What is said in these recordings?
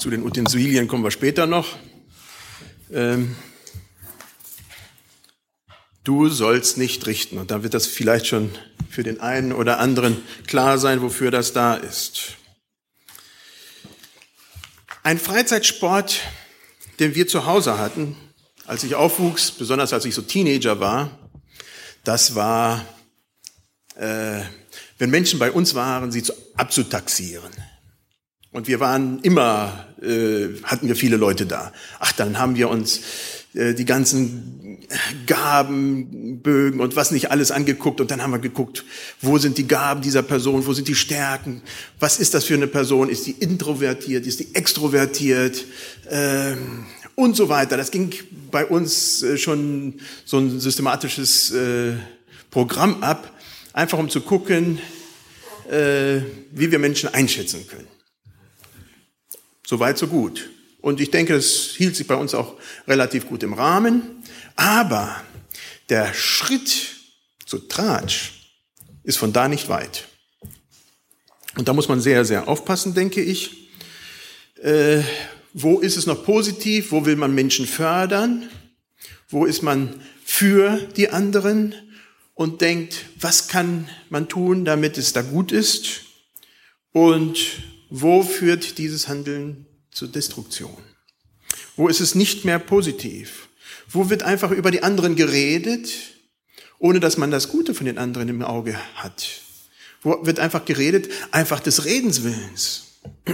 Zu den Utensilien kommen wir später noch. Du sollst nicht richten. Und da wird das vielleicht schon für den einen oder anderen klar sein, wofür das da ist. Ein Freizeitsport, den wir zu Hause hatten, als ich aufwuchs, besonders als ich so Teenager war, das war, wenn Menschen bei uns waren, sie abzutaxieren. Und wir waren immer, hatten wir viele Leute da. Ach, dann haben wir uns die ganzen Gabenbögen und was nicht alles angeguckt. Und dann haben wir geguckt, wo sind die Gaben dieser Person, wo sind die Stärken, was ist das für eine Person, ist die introvertiert, ist die extrovertiert und so weiter. Das ging bei uns schon so ein systematisches Programm ab, einfach um zu gucken, wie wir Menschen einschätzen können. Soweit, so gut. Und ich denke, es hielt sich bei uns auch relativ gut im Rahmen. Aber der Schritt zu Tratsch ist von da nicht weit. Und da muss man sehr, sehr aufpassen, denke ich. Wo ist es noch positiv? Wo will man Menschen fördern? Wo ist man für die anderen? Und denkt, was kann man tun, damit es da gut ist? Und wo führt dieses Handeln zur Destruktion? Wo ist es nicht mehr positiv? Wo wird einfach über die anderen geredet, ohne dass man das Gute von den anderen im Auge hat? Wo wird einfach geredet, einfach des Redens Willens?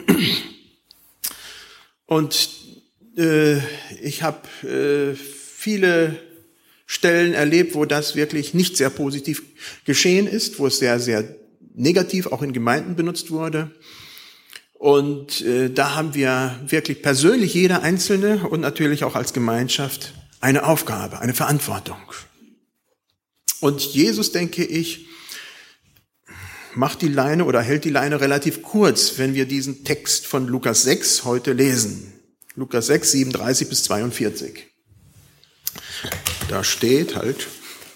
Und ich habe viele Stellen erlebt, wo das wirklich nicht sehr positiv geschehen ist, wo es sehr, sehr negativ auch in Gemeinden benutzt wurde. Und da haben wir wirklich persönlich, jeder Einzelne und natürlich auch als Gemeinschaft, eine Aufgabe, eine Verantwortung. Und Jesus, denke ich, macht die Leine oder hält die Leine relativ kurz, wenn wir diesen Text von Lukas 6 heute lesen. Lukas 6, 37 bis 42. Da steht halt: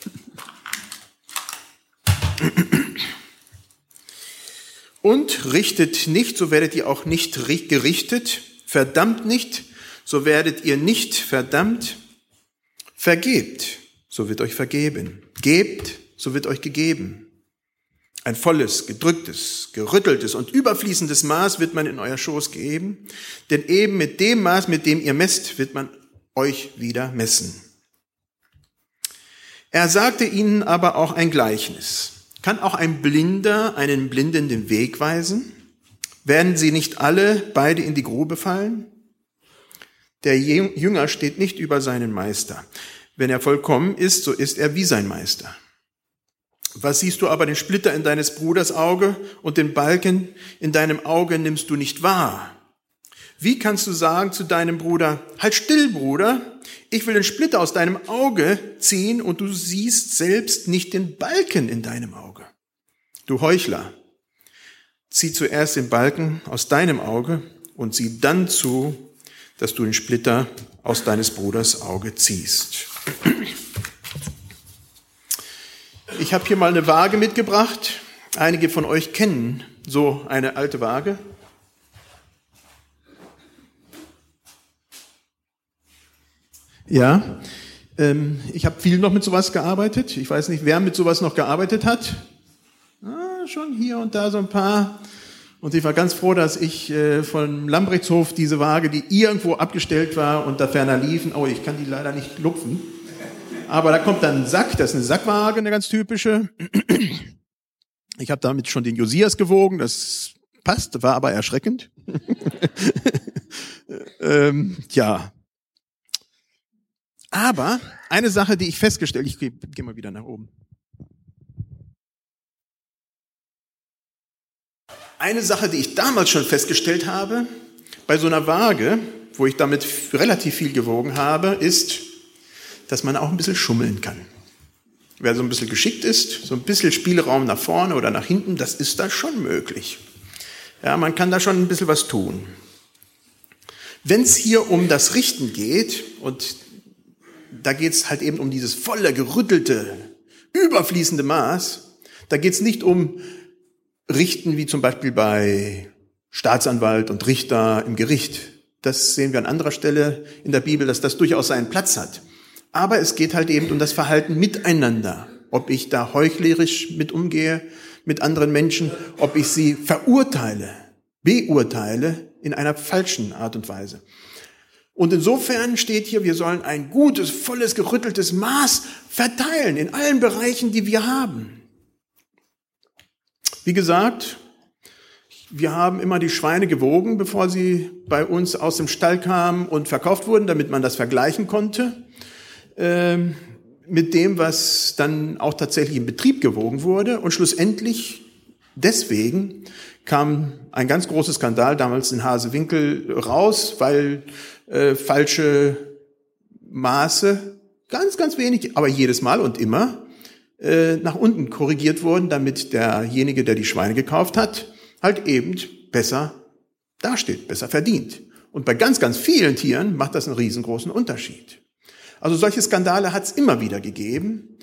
Und richtet nicht, so werdet ihr auch nicht gerichtet. Verdammt nicht, so werdet ihr nicht verdammt. Vergebt, so wird euch vergeben. Gebt, so wird euch gegeben. Ein volles, gedrücktes, gerütteltes und überfließendes Maß wird man in euer Schoß geben. Denn eben mit dem Maß, mit dem ihr messt, wird man euch wieder messen. Er sagte ihnen aber auch ein Gleichnis. Kann auch ein Blinder einen Blinden den Weg weisen? Werden sie nicht alle beide in die Grube fallen? Der Jünger steht nicht über seinen Meister. Wenn er vollkommen ist, so ist er wie sein Meister. Was siehst du aber den Splitter in deines Bruders Auge und den Balken in deinem Auge nimmst du nicht wahr? Wie kannst du sagen zu deinem Bruder, halt still, Bruder, ich will den Splitter aus deinem Auge ziehen und du siehst selbst nicht den Balken in deinem Auge? Du Heuchler, zieh zuerst den Balken aus deinem Auge und sieh dann zu, dass du den Splitter aus deines Bruders Auge ziehst. Ich habe hier mal eine Waage mitgebracht. Einige von euch kennen so eine alte Waage. Ja, ich habe viel noch mit sowas gearbeitet. Ich weiß nicht, wer mit sowas noch gearbeitet hat. Schon hier und da so ein paar. Und ich war ganz froh, dass ich von Lambrechtshof diese Waage, die irgendwo abgestellt war und da ferner liefen, oh, ich kann die leider nicht lupfen. Aber da kommt dann ein Sack, das ist eine Sackwaage, eine ganz typische. Ich habe damit schon den Josias gewogen, das passt, war aber erschreckend. Ja. Aber eine Sache, die ich festgestellt, ich gehe mal wieder nach oben. Eine Sache, die ich damals schon festgestellt habe, bei so einer Waage, wo ich damit relativ viel gewogen habe, ist, dass man auch ein bisschen schummeln kann. Wer so ein bisschen geschickt ist, so ein bisschen Spielraum nach vorne oder nach hinten, das ist da schon möglich. Ja, man kann da schon ein bisschen was tun. Wenn es hier um das Richten geht, und da geht es halt eben um dieses volle, gerüttelte, überfließende Maß, da geht es nicht um Richten wie zum Beispiel bei Staatsanwalt und Richter im Gericht. Das sehen wir an anderer Stelle in der Bibel, dass das durchaus seinen Platz hat. Aber es geht halt eben um das Verhalten miteinander. Ob ich da heuchlerisch mit umgehe, mit anderen Menschen, ob ich sie verurteile, beurteile in einer falschen Art und Weise. Und insofern steht hier, wir sollen ein gutes, volles, gerütteltes Maß verteilen in allen Bereichen, die wir haben. Wie gesagt, wir haben immer die Schweine gewogen, bevor sie bei uns aus dem Stall kamen und verkauft wurden, damit man das vergleichen konnte mit dem, was dann auch tatsächlich im Betrieb gewogen wurde. Und schlussendlich deswegen kam ein ganz großer Skandal damals in Hasewinkel raus, weil falsche Maße, ganz, ganz wenig, aber jedes Mal und immer nach unten korrigiert wurden, damit derjenige, der die Schweine gekauft hat, halt eben besser dasteht, besser verdient. Und bei ganz, ganz vielen Tieren macht das einen riesengroßen Unterschied. Also solche Skandale hat es immer wieder gegeben.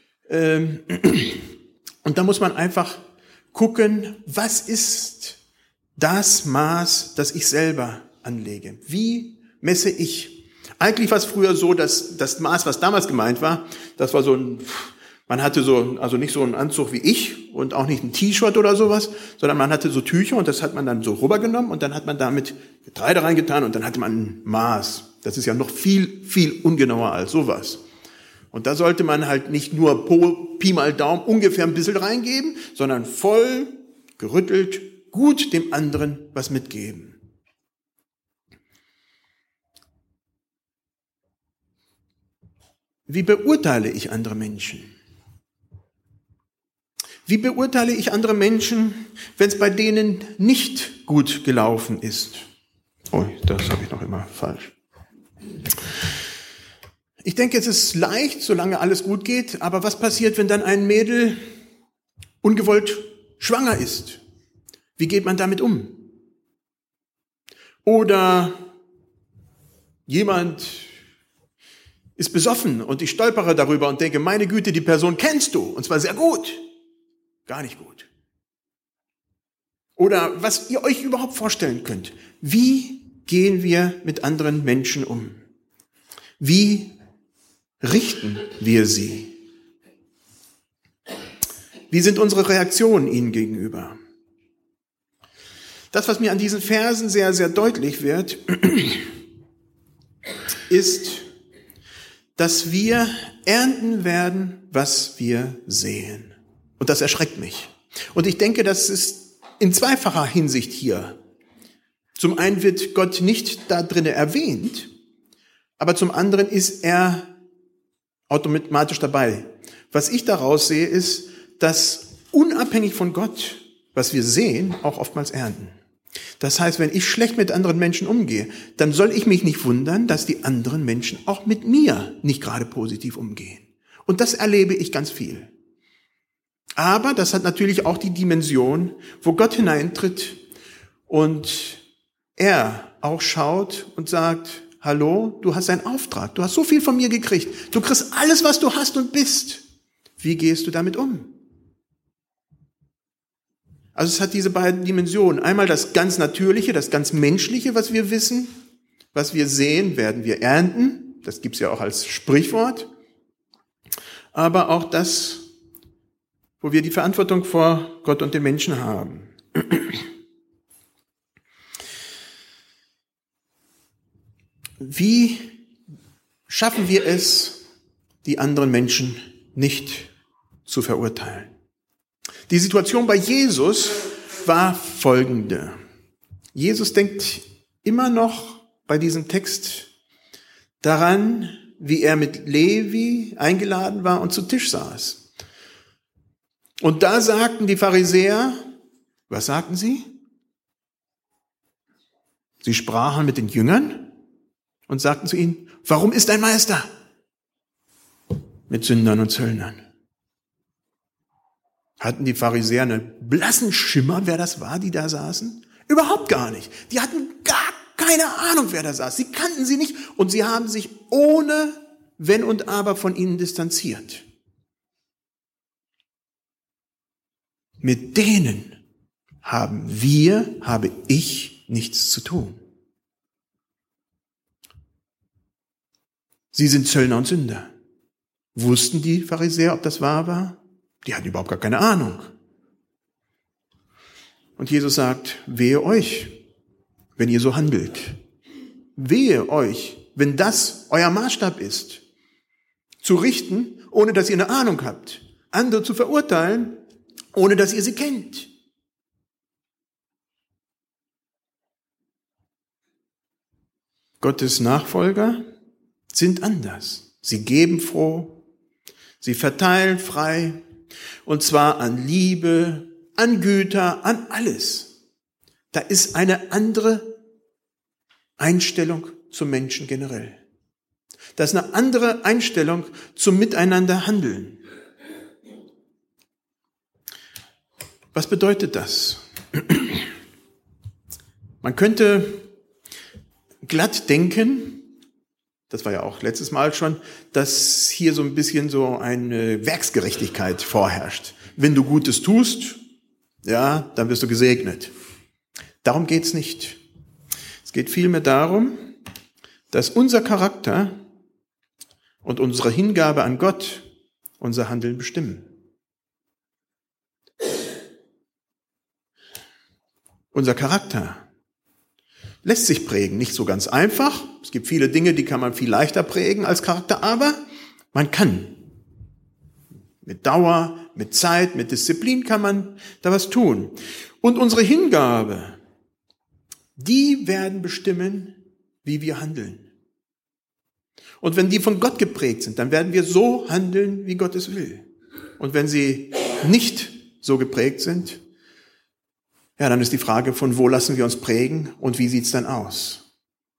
Und da muss man einfach gucken, was ist das Maß, das ich selber anlege? Wie messe ich? Eigentlich war es früher so, dass das Maß, was damals gemeint war, das war man hatte also nicht so einen Anzug wie ich und auch nicht ein T-Shirt oder sowas, sondern man hatte so Tücher und das hat man dann so rübergenommen und dann hat man damit Getreide reingetan und dann hatte man ein Maß. Das ist ja noch viel, viel ungenauer als sowas. Und da sollte man halt nicht nur Pi mal Daumen ungefähr ein bisschen reingeben, sondern voll, gerüttelt, gut dem anderen was mitgeben. Wie beurteile ich andere Menschen? Wie beurteile ich andere Menschen, wenn es bei denen nicht gut gelaufen ist? Oh, das habe ich noch immer falsch. Ich denke, es ist leicht, solange alles gut geht, aber was passiert, wenn dann ein Mädel ungewollt schwanger ist? Wie geht man damit um? Oder jemand ist besoffen und ich stolpere darüber und denke, meine Güte, die Person kennst du, und zwar sehr gut. Gar nicht gut. Oder was ihr euch überhaupt vorstellen könnt. Wie gehen wir mit anderen Menschen um? Wie richten wir sie? Wie sind unsere Reaktionen ihnen gegenüber? Das, was mir an diesen Versen sehr, sehr deutlich wird, ist, dass wir ernten werden, was wir säen. Und das erschreckt mich. Und ich denke, das ist in zweifacher Hinsicht hier. Zum einen wird Gott nicht da drin erwähnt, aber zum anderen ist er automatisch dabei. Was ich daraus sehe, ist, dass unabhängig von Gott, was wir sehen, auch oftmals ernten. Das heißt, wenn ich schlecht mit anderen Menschen umgehe, dann soll ich mich nicht wundern, dass die anderen Menschen auch mit mir nicht gerade positiv umgehen. Und das erlebe ich ganz viel. Aber das hat natürlich auch die Dimension, wo Gott hineintritt und er auch schaut und sagt, hallo, du hast einen Auftrag, du hast so viel von mir gekriegt, du kriegst alles, was du hast und bist. Wie gehst du damit um? Also es hat diese beiden Dimensionen. Einmal das ganz Natürliche, das ganz Menschliche, was wir wissen, was wir sehen, werden wir ernten. Das gibt's ja auch als Sprichwort. Aber auch das, wo wir die Verantwortung vor Gott und den Menschen haben. Wie schaffen wir es, die anderen Menschen nicht zu verurteilen? Die Situation bei Jesus war folgende. Jesus denkt immer noch bei diesem Text daran, wie er mit Levi eingeladen war und zu Tisch saß. Und da sagten die Pharisäer, was sagten sie? Sie sprachen mit den Jüngern und sagten zu ihnen, warum ist dein Meister mit Sündern und Zöllnern? Hatten die Pharisäer einen blassen Schimmer, wer das war, die da saßen? Überhaupt gar nicht. Die hatten gar keine Ahnung, wer da saß. Sie kannten sie nicht und sie haben sich ohne Wenn und Aber von ihnen distanziert. Mit denen habe ich nichts zu tun. Sie sind Zöllner und Sünder. Wussten die Pharisäer, ob das wahr war? Die hatten überhaupt gar keine Ahnung. Und Jesus sagt, wehe euch, wenn ihr so handelt. Wehe euch, wenn das euer Maßstab ist, zu richten, ohne dass ihr eine Ahnung habt, andere zu verurteilen, ohne dass ihr sie kennt. Gottes Nachfolger sind anders. Sie geben froh, sie verteilen frei, und zwar an Liebe, an Güter, an alles. Da ist eine andere Einstellung zum Menschen generell. Das ist eine andere Einstellung zum Miteinander handeln. Was bedeutet das? Man könnte glatt denken, das war ja auch letztes Mal schon, dass hier so ein bisschen so eine Werksgerechtigkeit vorherrscht. Wenn du Gutes tust, ja, dann wirst du gesegnet. Darum geht's nicht. Es geht vielmehr darum, dass unser Charakter und unsere Hingabe an Gott unser Handeln bestimmen. Unser Charakter lässt sich prägen, nicht so ganz einfach. Es gibt viele Dinge, die kann man viel leichter prägen als Charakter, aber man kann. Mit Dauer, mit Zeit, mit Disziplin kann man da was tun. Und unsere Hingabe, die werden bestimmen, wie wir handeln. Und wenn die von Gott geprägt sind, dann werden wir so handeln, wie Gott es will. Und wenn sie nicht so geprägt sind, ja, dann ist die Frage, von wo lassen wir uns prägen und wie sieht's dann aus?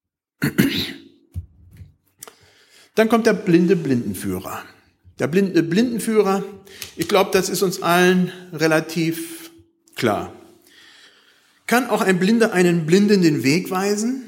Dann kommt der blinde Blindenführer. Der blinde Blindenführer, ich glaube, das ist uns allen relativ klar. Kann auch ein Blinder einen Blinden den Weg weisen?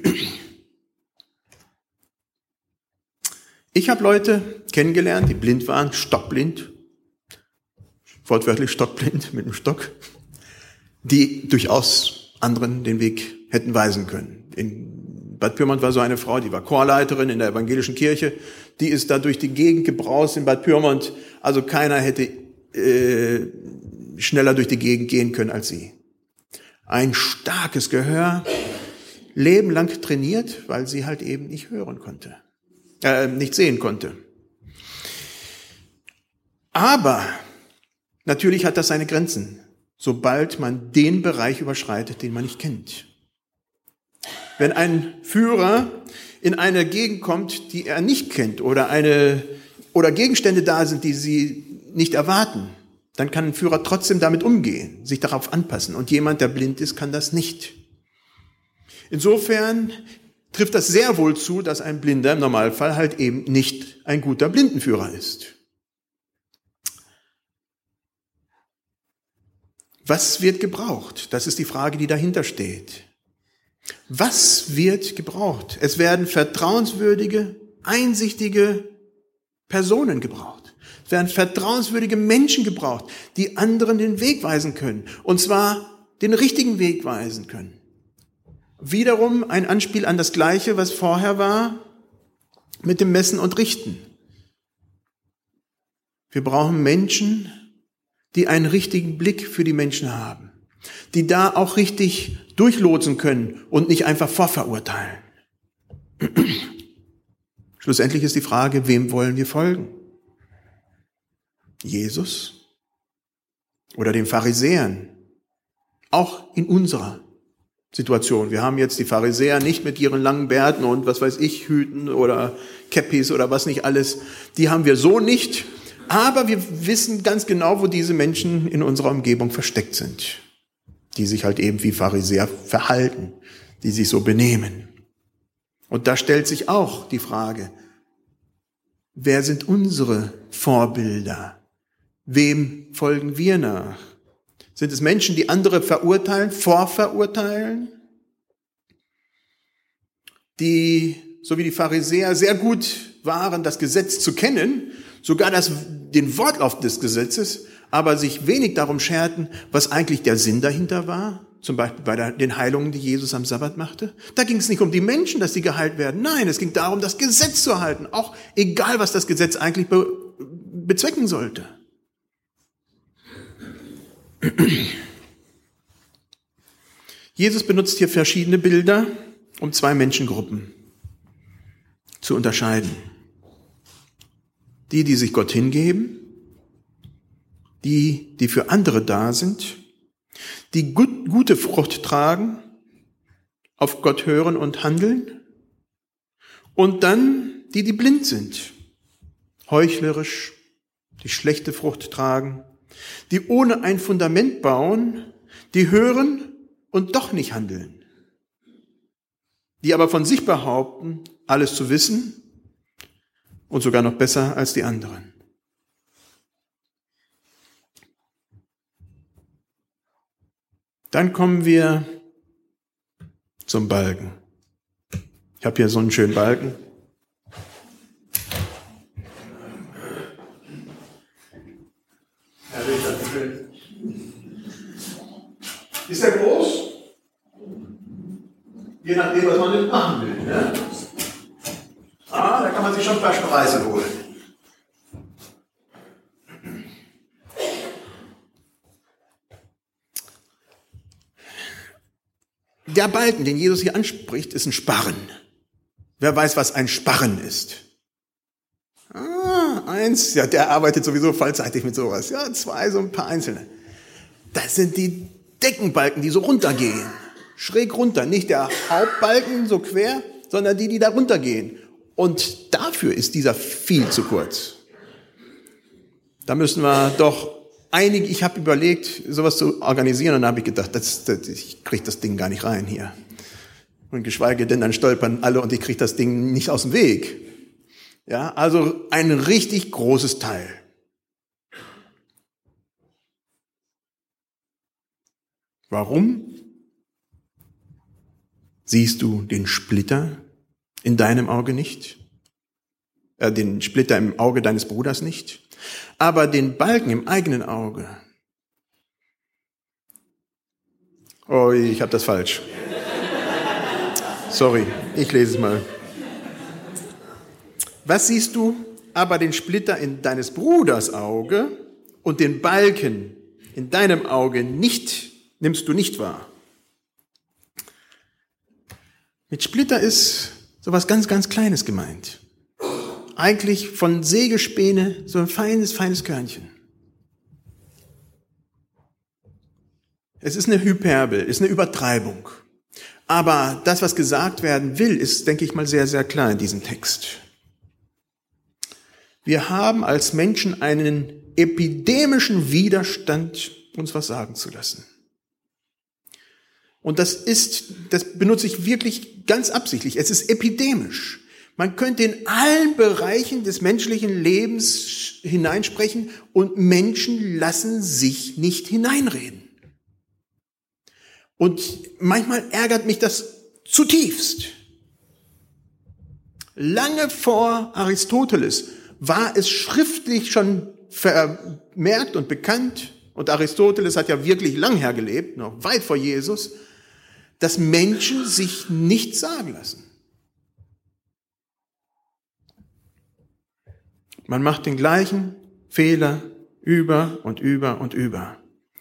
Ich habe Leute kennengelernt, die blind waren, stockblind, wortwörtlich stockblind mit einem Stock, die durchaus anderen den Weg hätten weisen können. In Bad Pyrmont war so eine Frau, die war Chorleiterin in der evangelischen Kirche, die ist da durch die Gegend gebraust in Bad Pyrmont, also keiner hätte schneller durch die Gegend gehen können als sie. Ein starkes Gehör, lebenlang trainiert, weil sie halt eben nicht hören konnte, nicht sehen konnte. Aber natürlich hat das seine Grenzen, sobald man den Bereich überschreitet, den man nicht kennt. Wenn ein Führer in eine Gegend kommt, die er nicht kennt, oder Gegenstände da sind, die sie nicht erwarten, dann kann ein Führer trotzdem damit umgehen, sich darauf anpassen. Und jemand, der blind ist, kann das nicht. Insofern trifft das sehr wohl zu, dass ein Blinder im Normalfall halt eben nicht ein guter Blindenführer ist. Was wird gebraucht? Das ist die Frage, die dahinter steht. Was wird gebraucht? Es werden vertrauenswürdige, einsichtige Personen gebraucht. Es werden vertrauenswürdige Menschen gebraucht, die anderen den Weg weisen können. Und zwar den richtigen Weg weisen können. Wiederum ein Anspiel an das Gleiche, was vorher war, mit dem Messen und Richten. Wir brauchen Menschen, die einen richtigen Blick für die Menschen haben, die da auch richtig durchlotsen können und nicht einfach vorverurteilen. Schlussendlich ist die Frage, wem wollen wir folgen? Jesus oder den Pharisäern? Auch in unserer Situation. Wir haben jetzt die Pharisäer nicht mit ihren langen Bärten und was weiß ich, Hüten oder Käppis oder was nicht alles. Die haben wir so nicht. Aber wir wissen ganz genau, wo diese Menschen in unserer Umgebung versteckt sind, die sich halt eben wie Pharisäer verhalten, die sich so benehmen. Und da stellt sich auch die Frage, wer sind unsere Vorbilder? Wem folgen wir nach? Sind es Menschen, die andere verurteilen, vorverurteilen? Die, so wie die Pharisäer, sehr gut waren, das Gesetz zu kennen, sogar den Wortlaut des Gesetzes, aber sich wenig darum scherten, was eigentlich der Sinn dahinter war? zum Beispiel bei den Heilungen, die Jesus am Sabbat machte. Da ging es nicht um die Menschen, dass sie geheilt werden. Nein, es ging darum, das Gesetz zu erhalten. Auch egal, was das Gesetz eigentlich bezwecken sollte. Jesus benutzt hier verschiedene Bilder, um zwei Menschengruppen zu unterscheiden. Die sich Gott hingeben, die für andere da sind, die gute Frucht tragen, auf Gott hören und handeln, und dann die blind sind, heuchlerisch, die schlechte Frucht tragen, die ohne ein Fundament bauen, die hören und doch nicht handeln, die aber von sich behaupten, alles zu wissen und sogar noch besser als die anderen. Dann kommen wir zum Balken. Ich habe hier so einen schönen Balken. Ist der groß? Je nachdem, was man denn machen will. Ne? Da kann man sich schon Flaschenpreise holen. Der Balken, den Jesus hier anspricht, ist ein Sparren. Wer weiß, was ein Sparren ist? Eins, ja, der arbeitet sowieso vollzeitig mit sowas. Ja, zwei, so ein paar einzelne. Das sind die Deckenbalken, die so runtergehen. Schräg runter. Nicht der Hauptbalken so quer, sondern die da runtergehen. Und dafür ist dieser viel zu kurz. Da müssen wir doch ich habe überlegt, sowas zu organisieren, und dann habe ich gedacht, ich kriege das Ding gar nicht rein hier. Und geschweige denn, dann stolpern alle und ich kriege das Ding nicht aus dem Weg. Ja, also ein richtig großes Teil. Warum? Siehst du den Splitter in deinem Auge nicht? Den Splitter im Auge deines Bruders nicht? Aber den Balken im eigenen Auge. Oh, ich habe das falsch. Sorry, ich lese es mal. Was siehst du aber den Splitter in deines Bruders Auge und den Balken in deinem Auge nimmst du nicht wahr? Mit Splitter ist sowas ganz, ganz Kleines gemeint. Eigentlich von Sägespäne so ein feines Körnchen. Es ist eine Hyperbel, ist eine Übertreibung. Aber das, was gesagt werden will, ist, denke ich mal, sehr, sehr klar in diesem Text. Wir haben als Menschen einen epidemischen Widerstand, uns was sagen zu lassen. Und das benutze ich wirklich ganz absichtlich. Es ist epidemisch. Man könnte in allen Bereichen des menschlichen Lebens hineinsprechen und Menschen lassen sich nicht hineinreden. Und manchmal ärgert mich das zutiefst. Lange vor Aristoteles war es schriftlich schon vermerkt und bekannt, und Aristoteles hat ja wirklich lang hergelebt, noch weit vor Jesus, dass Menschen sich nichts sagen lassen. Man macht den gleichen Fehler über und über und über.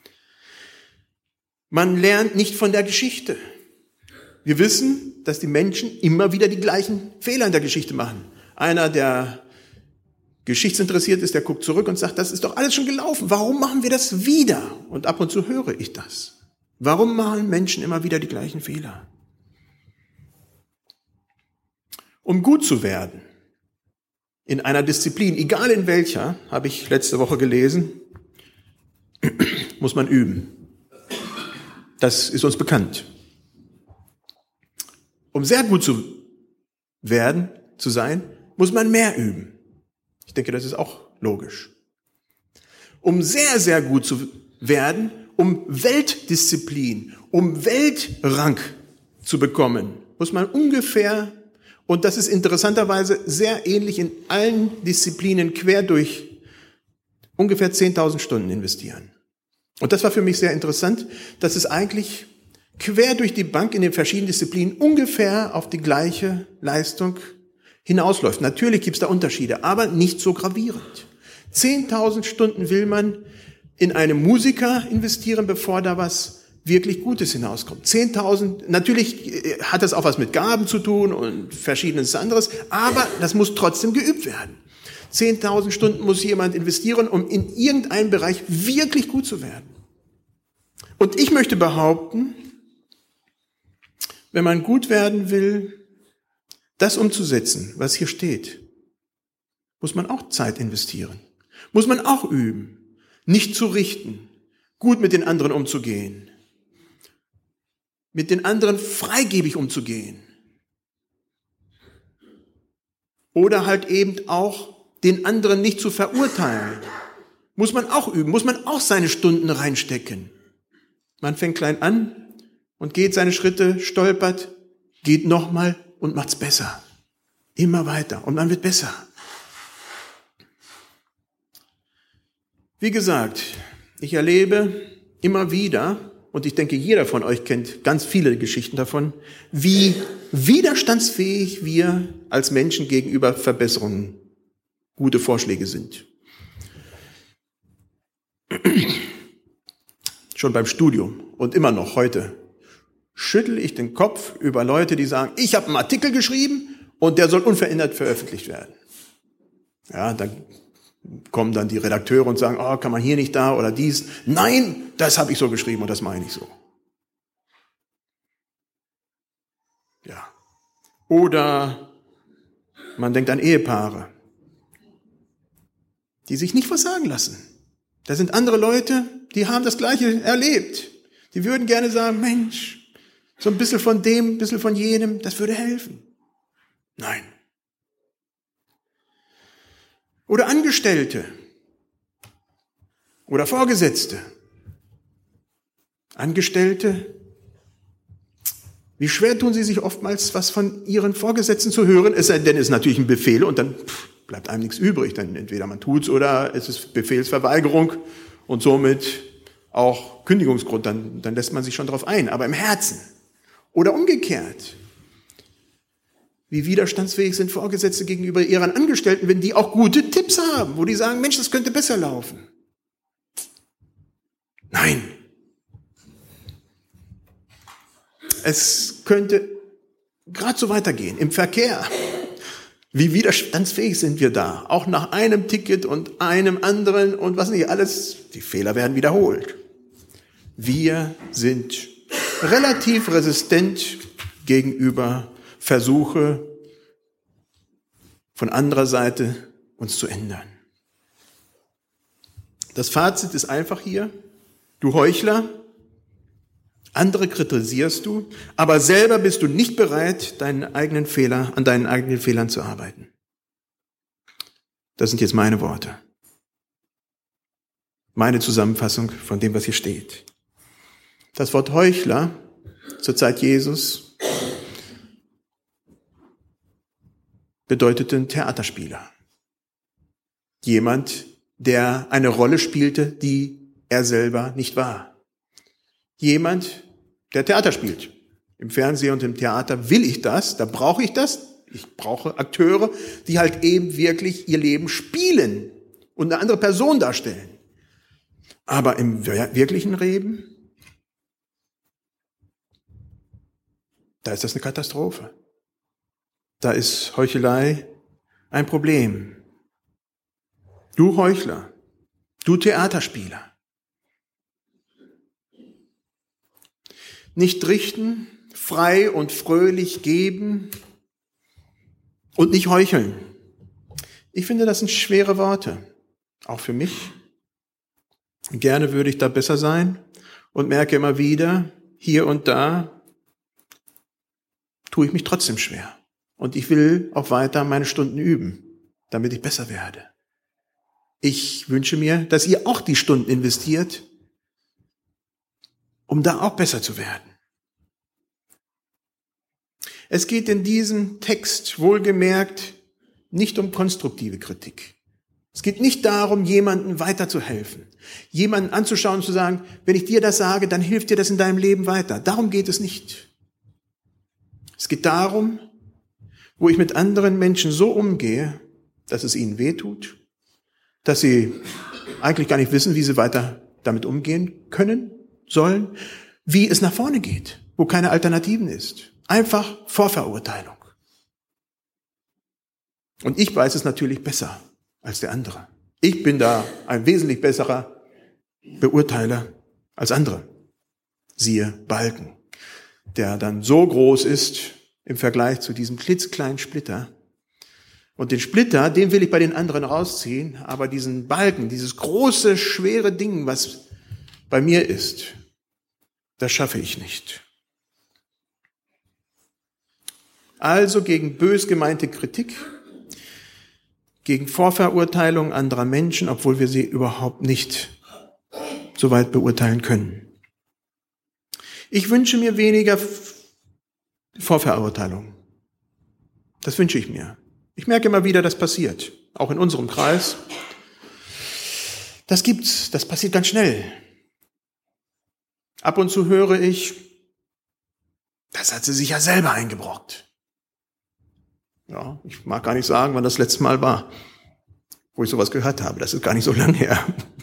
Man lernt nicht von der Geschichte. Wir wissen, dass die Menschen immer wieder die gleichen Fehler in der Geschichte machen. Einer, der geschichtsinteressiert ist, der guckt zurück und sagt, das ist doch alles schon gelaufen. Warum machen wir das wieder? Und ab und zu höre ich das. Warum machen Menschen immer wieder die gleichen Fehler? Um gut zu werden in einer Disziplin, egal in welcher, habe ich letzte Woche gelesen, muss man üben. Das ist uns bekannt. Um sehr gut zu sein, muss man mehr üben. Ich denke, das ist auch logisch. Um sehr, sehr gut zu werden, um Weltdisziplin, um Weltrang zu bekommen, muss man ungefähr, und das ist interessanterweise sehr ähnlich in allen Disziplinen quer durch, ungefähr 10.000 Stunden investieren. Und das war für mich sehr interessant, dass es eigentlich quer durch die Bank in den verschiedenen Disziplinen ungefähr auf die gleiche Leistung hinausläuft. Natürlich gibt es da Unterschiede, aber nicht so gravierend. 10.000 Stunden will man in einen Musiker investieren, bevor da was wirklich Gutes hinauskommt. 10.000, natürlich hat das auch was mit Gaben zu tun und verschiedenes anderes, aber das muss trotzdem geübt werden. 10.000 Stunden muss jemand investieren, um in irgendeinem Bereich wirklich gut zu werden. Und ich möchte behaupten, wenn man gut werden will, das umzusetzen, was hier steht, muss man auch Zeit investieren. Muss man auch üben, nicht zu richten, gut mit den anderen umzugehen, mit den anderen freigebig umzugehen. Oder halt eben auch den anderen nicht zu verurteilen. Muss man auch üben, muss man auch seine Stunden reinstecken. Man fängt klein an und geht seine Schritte, stolpert, geht nochmal und macht's besser. Immer weiter und man wird besser. Wie gesagt, ich erlebe immer wieder, und ich denke, jeder von euch kennt ganz viele Geschichten davon, wie widerstandsfähig wir als Menschen gegenüber Verbesserungen, gute Vorschläge sind. Schon beim Studium und immer noch heute schüttel ich den Kopf über Leute, die sagen, ich habe einen Artikel geschrieben und der soll unverändert veröffentlicht werden. Ja, dann kommen dann die Redakteure und sagen, oh, kann man hier nicht da oder dies. Nein, das habe ich so geschrieben und das meine ich so. Ja. Oder man denkt an Ehepaare, die sich nicht was sagen lassen. Da sind andere Leute, die haben das Gleiche erlebt. Die würden gerne sagen, Mensch, so ein bisschen von dem, ein bisschen von jenem, das würde helfen. Nein. Oder Angestellte oder Vorgesetzte. Angestellte, wie schwer tun sie sich oftmals, was von ihren Vorgesetzten zu hören, es sei denn, es ist natürlich ein Befehl und dann bleibt einem nichts übrig. Dann entweder man tut's oder es ist Befehlsverweigerung und somit auch Kündigungsgrund, dann lässt man sich schon darauf ein, aber im Herzen. Oder umgekehrt. Wie widerstandsfähig sind Vorgesetzte gegenüber ihren Angestellten, wenn die auch gute Tipps haben, wo die sagen, Mensch, das könnte besser laufen. Nein. Es könnte gerade so weitergehen. Im Verkehr. Wie widerstandsfähig sind wir da? Auch nach einem Ticket und einem anderen und was nicht alles. Die Fehler werden wiederholt. Wir sind relativ resistent gegenüber Versuche von anderer Seite uns zu ändern. Das Fazit ist einfach hier, du Heuchler, andere kritisierst du, aber selber bist du nicht bereit, an deinen eigenen Fehlern zu arbeiten. Das sind jetzt meine Worte. Meine Zusammenfassung von dem, was hier steht. Das Wort Heuchler zur Zeit Jesus bedeutete ein Theaterspieler. Jemand, der eine Rolle spielte, die er selber nicht war. Jemand, der Theater spielt. Im Fernsehen und im Theater will ich das, da brauche ich das. Ich brauche Akteure, die halt eben wirklich ihr Leben spielen und eine andere Person darstellen. Aber im wirklichen Leben, da ist das eine Katastrophe. Da ist Heuchelei ein Problem. Du Heuchler, du Theaterspieler. Nicht richten, frei und fröhlich geben und nicht heucheln. Ich finde, das sind schwere Worte, auch für mich. Gerne würde ich da besser sein und merke immer wieder, hier und da tue ich mich trotzdem schwer. Und ich will auch weiter meine Stunden üben, damit ich besser werde. Ich wünsche mir, dass ihr auch die Stunden investiert, um da auch besser zu werden. Es geht in diesem Text wohlgemerkt nicht um konstruktive Kritik, Es geht nicht darum, jemandem weiterzuhelfen, jemanden anzuschauen und zu sagen, wenn ich dir das sage, dann hilft dir das in deinem Leben weiter. Darum geht es nicht. Es geht darum, wo ich mit anderen Menschen so umgehe, dass es ihnen wehtut, dass sie eigentlich gar nicht wissen, wie sie weiter damit umgehen können, sollen, wie es nach vorne geht, wo keine Alternativen ist. Einfach Vorverurteilung. Und ich weiß es natürlich besser als der andere. Ich bin da ein wesentlich besserer Beurteiler als andere. Siehe Balken, der dann so groß ist im Vergleich zu diesem klitzekleinen Splitter. Und den Splitter, den will ich bei den anderen rausziehen, aber diesen Balken, dieses große, schwere Ding, was bei mir ist, das schaffe ich nicht. Also gegen bös gemeinte Kritik, gegen Vorverurteilung anderer Menschen, obwohl wir sie überhaupt nicht so weit beurteilen können. Ich wünsche mir weniger Vorverurteilung. Das wünsche ich mir. Ich merke immer wieder, das passiert. Auch in unserem Kreis. Das gibt's. Das passiert ganz schnell. Ab und zu höre ich, das hat sie sich ja selber eingebrockt. Ja, ich mag gar nicht sagen, wann das letzte Mal war, wo ich sowas gehört habe. Das ist gar nicht so lange her.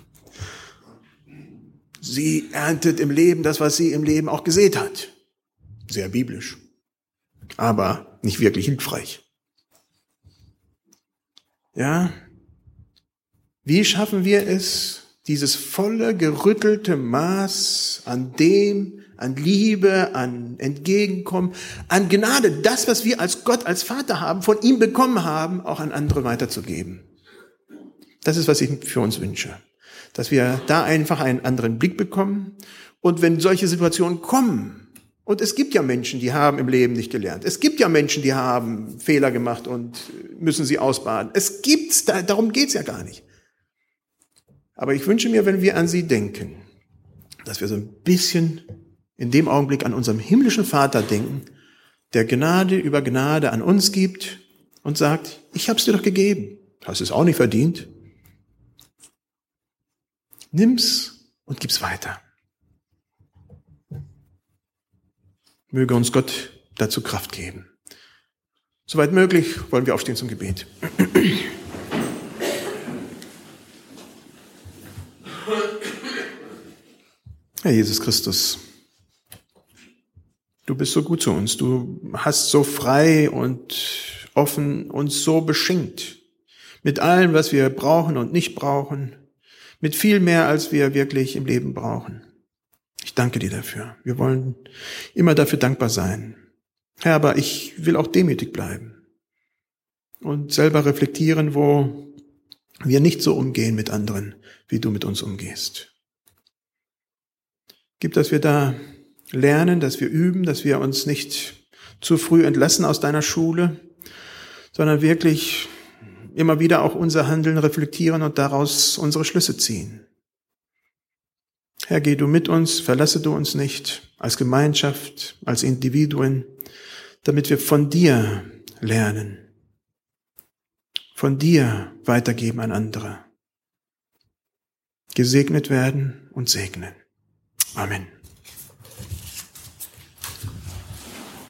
Sie erntet im Leben das, was sie im Leben auch gesät hat. Sehr biblisch, aber nicht wirklich hilfreich. Ja, wie schaffen wir es, dieses volle, gerüttelte Maß an Liebe, an Entgegenkommen, an Gnade, das, was wir als Gott, als Vater haben, von ihm bekommen haben, auch an andere weiterzugeben. Das ist, was ich für uns wünsche. Dass wir da einfach einen anderen Blick bekommen. Und wenn solche Situationen kommen, und es gibt ja Menschen, die haben im Leben nicht gelernt. Es gibt ja Menschen, die haben Fehler gemacht und müssen sie ausbaden. Es gibt's, darum geht's ja gar nicht. Aber ich wünsche mir, wenn wir an sie denken, dass wir so ein bisschen in dem Augenblick an unserem himmlischen Vater denken, der Gnade über Gnade an uns gibt und sagt, ich hab's dir doch gegeben. Hast es auch nicht verdient. Nimm's und gib's weiter. Möge uns Gott dazu Kraft geben. Soweit möglich wollen wir aufstehen zum Gebet. Herr Jesus Christus, du bist so gut zu uns. Du hast so frei und offen uns so beschenkt. Mit allem, was wir brauchen und nicht brauchen. Mit viel mehr, als wir wirklich im Leben brauchen. Ich danke dir dafür. Wir wollen immer dafür dankbar sein. Herr, aber ich will auch demütig bleiben. Und selber reflektieren, wo wir nicht so umgehen mit anderen, wie du mit uns umgehst. Gib, dass wir da lernen, dass wir üben, dass wir uns nicht zu früh entlassen aus deiner Schule, sondern wirklich immer wieder auch unser Handeln reflektieren und daraus unsere Schlüsse ziehen. Herr, geh du mit uns, verlasse du uns nicht, als Gemeinschaft, als Individuen, damit wir von dir lernen, von dir weitergeben an andere, gesegnet werden und segnen. Amen.